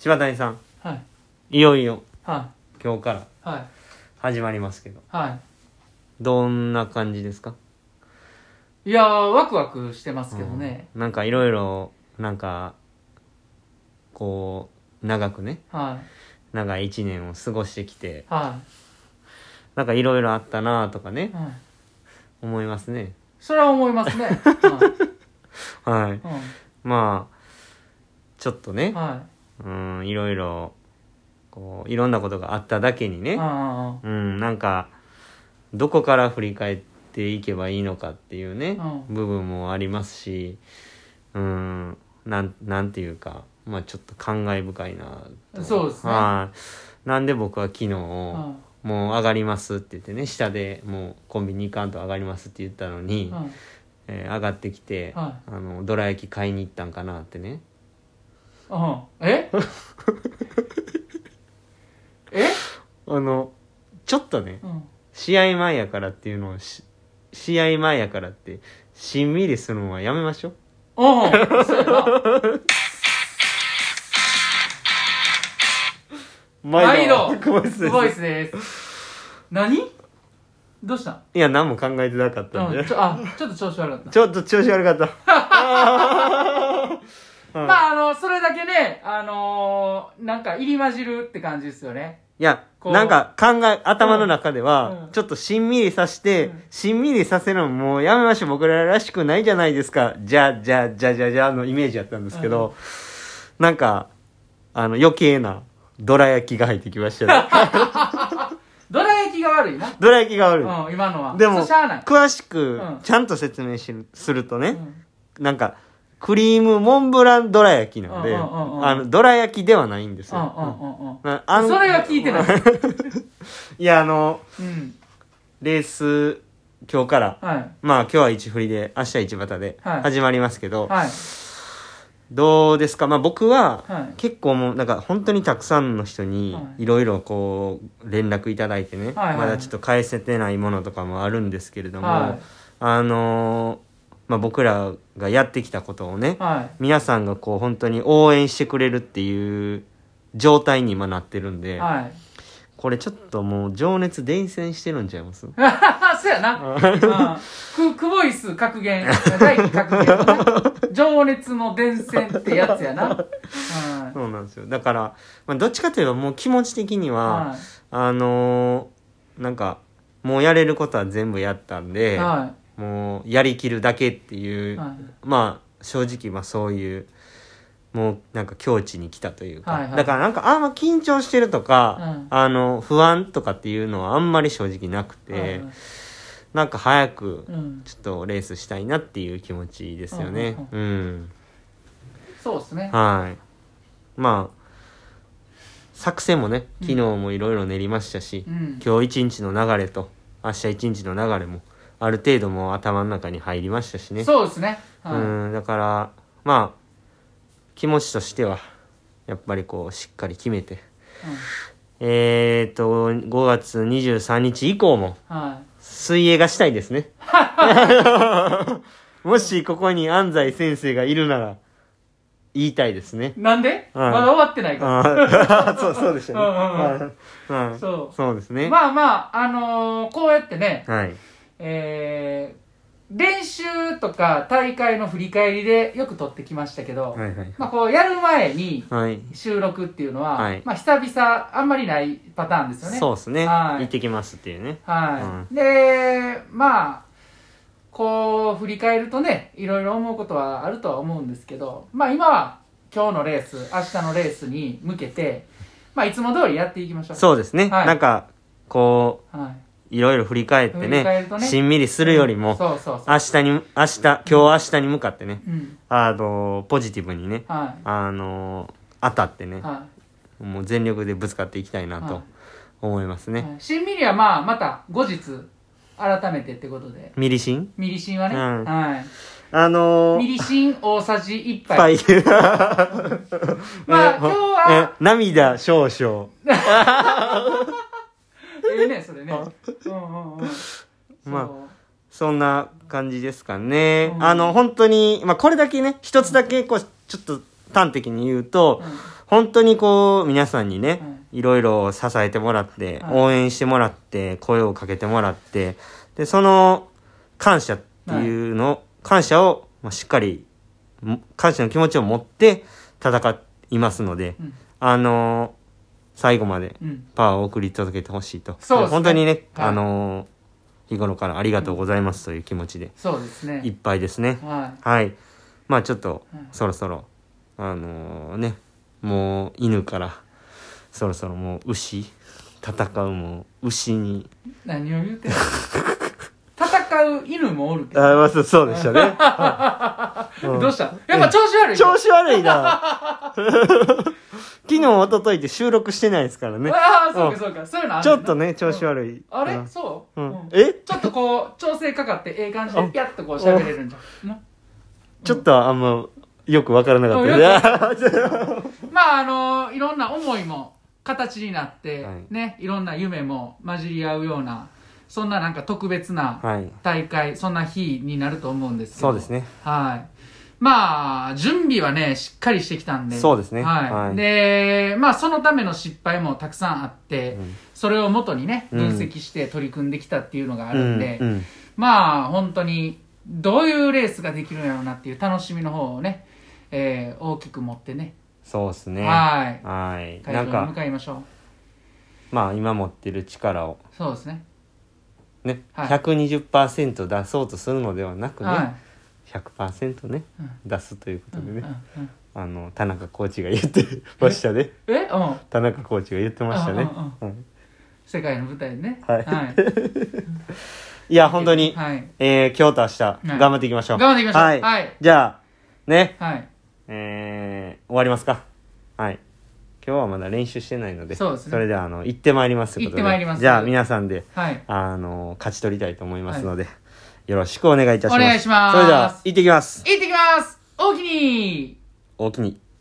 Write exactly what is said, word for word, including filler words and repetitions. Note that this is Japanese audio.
柴谷さん、 はい、 いよいよは今日からいはい始まりますけど、 はどんな感じですか？ い。いやーワクワクしてますけどね、 うん、なんかいろいろなんかこう長くねはい長い一年を過ごしてきて、 はなんかいろいろあったなとかね、 いはい。 思いますね。 それは思いますね。はい。 はい、 うん、 まあちょっとね、 はうんいろいろこういろんなことがあっただけにい。 ね、 あうんなんかどこから振り返っていけばいいのかっていうね、 うん部分もありますし、うんなんなんていうか、まあちょっと感慨深いなと。 そうですね。 はいなんで僕は昨日、 あもう上がりますって言ってね、下でもうコンビニ行かんと上がりますって言ったのに、 あえー上がってきて、 はあのどら焼き買いに行ったんかなってね。 うんええあのちょっとね、 うん試合前やからっていうのをし試合前やからってしんみりするのはやめましょう。 うんそうやな。毎度クボイスです。 ボイスです。何どうしたん？ いや何も考えてなかったんで、 うん、ちょあちょっと調子悪かった。 ちょっと調子悪かった。うんまああのそれだけね、あのー、なんか入り混じるって感じですよね。 いやこうなんか考え頭の中では、 うんうんちょっとしんみりさせて、 うんしんみりさせるのもうやめましょう、僕ららしくないじゃないですか、じゃじゃじゃじゃじゃのイメージやったんですけど、なんかあの余計などら焼きが入ってきましたね。 どら焼きが悪いな。 どら焼きが悪い、 うん、今のは。 でもそうしゃあない。 詳しくうんちゃんと説明しするとね、 うんなんかクリームモンブランどら焼きなんで、 うんうんうんうんあのどら焼きではないんですうんよ。 うんうんうん。 なあのそれは聞いてない。 いやあのうん。 レース今日から、 はい。 まあ今日は一振りで明日一旗ではい始まりますけど、 はい。 どうですか？まあ僕は、 はい結構もうなんか本当にたくさんの人にはいいろいろこう連絡いただいてね、 はいはいまだちょっと返せてないものとかもあるんですけれども、 はあのーまあ僕らがやってきたことをね、 い。はい。 皆さんがこう本当に応援してくれるっていう状態に今なってるんで、 はい。 これちょっともう情熱伝染してるんちゃいます？ そうやな。うん。ク、クボイス格言。大気格言のな。情熱の伝染ってやつやな。はい。 そうなんですよ。だから、まあ、どっちかといえばもう気持ち的には、 はあのーなんかもうやれることは全部やったんい。 で、 はもうやりきるだけっていう、 い。はい。 まあ正直まあそういうもうなんか境地に来たというか、 はいはいだからなんかあんま緊張してるとか、 うんあの不安とかっていうのはあんまり正直なくて、 はいなんか早くうん。 ちょっとレースしたいなっていう気持ちですよね。 うんうん。 そうですね。 はい。まあ作戦もね昨日もいろいろ練りましたし、 うん。 今日一日の流れと明日一日の流れもある程度もう頭の中に入りましたしね。 そうですね。 うはんだからまあ気持ちとしてはやっぱりこうしっかり決めて、 い。うんえーとごがつにじゅうさんにち以降もはい。 水泳がしたいですね。もしここに安西先生がいるなら言いたいですね。 なんで、 はいまだ終わってないかあーそうそうでしたね。 うんうんうんはいはいら。そそうですね。 う。まあまあ、あのーこうやってね、 はいえー、練習とか大会の振り返りでよく撮ってきましたけど、 はいはいまあこうやる前にはい。 収録っていうのは、 はいまあ久々あんまりないパターンですよね。 そうですね。 はい行ってきますっていうね。 はい。で、まあ、こう振り返るとね、いろいろ思うことはあるとは思うんですけど、まあ今は今日のレース、明日のレースに向けて、まあいつも通りやっていきましょう。 そうですね。 はいなんかこはい。 ういろいろ振り返って振り返ねるとねしんみりするよりも、 そうそうそう。 明日に明日今日明日に向かってね、 うん。 あのポジティブにね、 はあの当たってねい。、はもう全力でぶつかっていきたいなとはい思いますい。 ね。 はいしんみりはまあまた後日改めてってことで、 ミリシンミリシンはね、 うんはい。 あのー、 ミリシン大さじいっぱ。 はいい。 まあ今日は、 え涙少々。 ええね、それね。うんうんうん。 まあそうそんな感じですかね。 うんあの、本当に、まあ、これだけね、一つだけ、こう、ちょっと端的に言うと、 うん、 本当にこう皆さんにね、 うん、 いろいろ支えてもらって、 はい、 応援してもらって声をかけてもらってでその感謝っていうの、はい、感謝を、まあ、しっかり感謝の気持ちを持って戦いますので、うん、あのー、最後までパワーを送り届けてほしいと、うん、本当にね、はい、あのー、日頃からありがとうございますという気持ちでいっぱいですね。はい、はい、まあちょっとそろそろあのー、ねもう犬からそろそろもう牛戦うもう牛に何を言うてんの戦う犬もおるけどあ、まあ、そうでしたね、 うん、どうしたやっぱ調子悪い調子悪いな昨日一昨日って収録してないですからね。 ああそうかそうか、うん、そういうのあるちょっとね調子悪い、うん、 あれそう、うん、 えちょっとこう調整かかってええ感じでピャッとこう喋れるんじゃん、うん、 ちょっとあんまよく分からなかったです、 うん、まああのいろんな思いも形になって、はい、ねいろんな夢も混じり合うようなそんななんか特別な大会、はい、そんな日になると思うんですけど、 そうですね、 はい、まあ準備はねしっかりしてきたんで、 そうですね、 はいはい、でまあそのための失敗もたくさんあって、うん、それをもとにね分析して取り組んできたっていうのがあるんで、うんうん、まあ本当にどういうレースができるんやろうなっていう楽しみの方をね、えー、大きく持ってね、 そうですね、 はいはい、 会場に向かいましょう。まあ今持ってる力をそうですねね、はい、ひゃくにじゅっパーセント 出そうとするのではなくね、はい、ひゃくパーセント ね、うん、出すということでね、うんうんうん、あの田中コーチが言ってましたね。 ええ、うん、 田中コーチが言ってましたね、 うんうんうん、世界の舞台でね、 はい、はい、いや本当に、はい、えー、今日と明日、はい、頑張っていきましょう。 頑張っていきましょう、 はいはい、じゃあね、 はい、 えー、終わりますか。はい、今日はまだ練習してないので、 そうですね、 それではあの行ってまいりますということで、 行ってまいります。 じゃあ皆さんで、 はい、 あの勝ち取りたいと思いますので、はい、よろしくお願いいたします。 お願いします。 それでは行ってきます。 行ってきます。大きに大きに。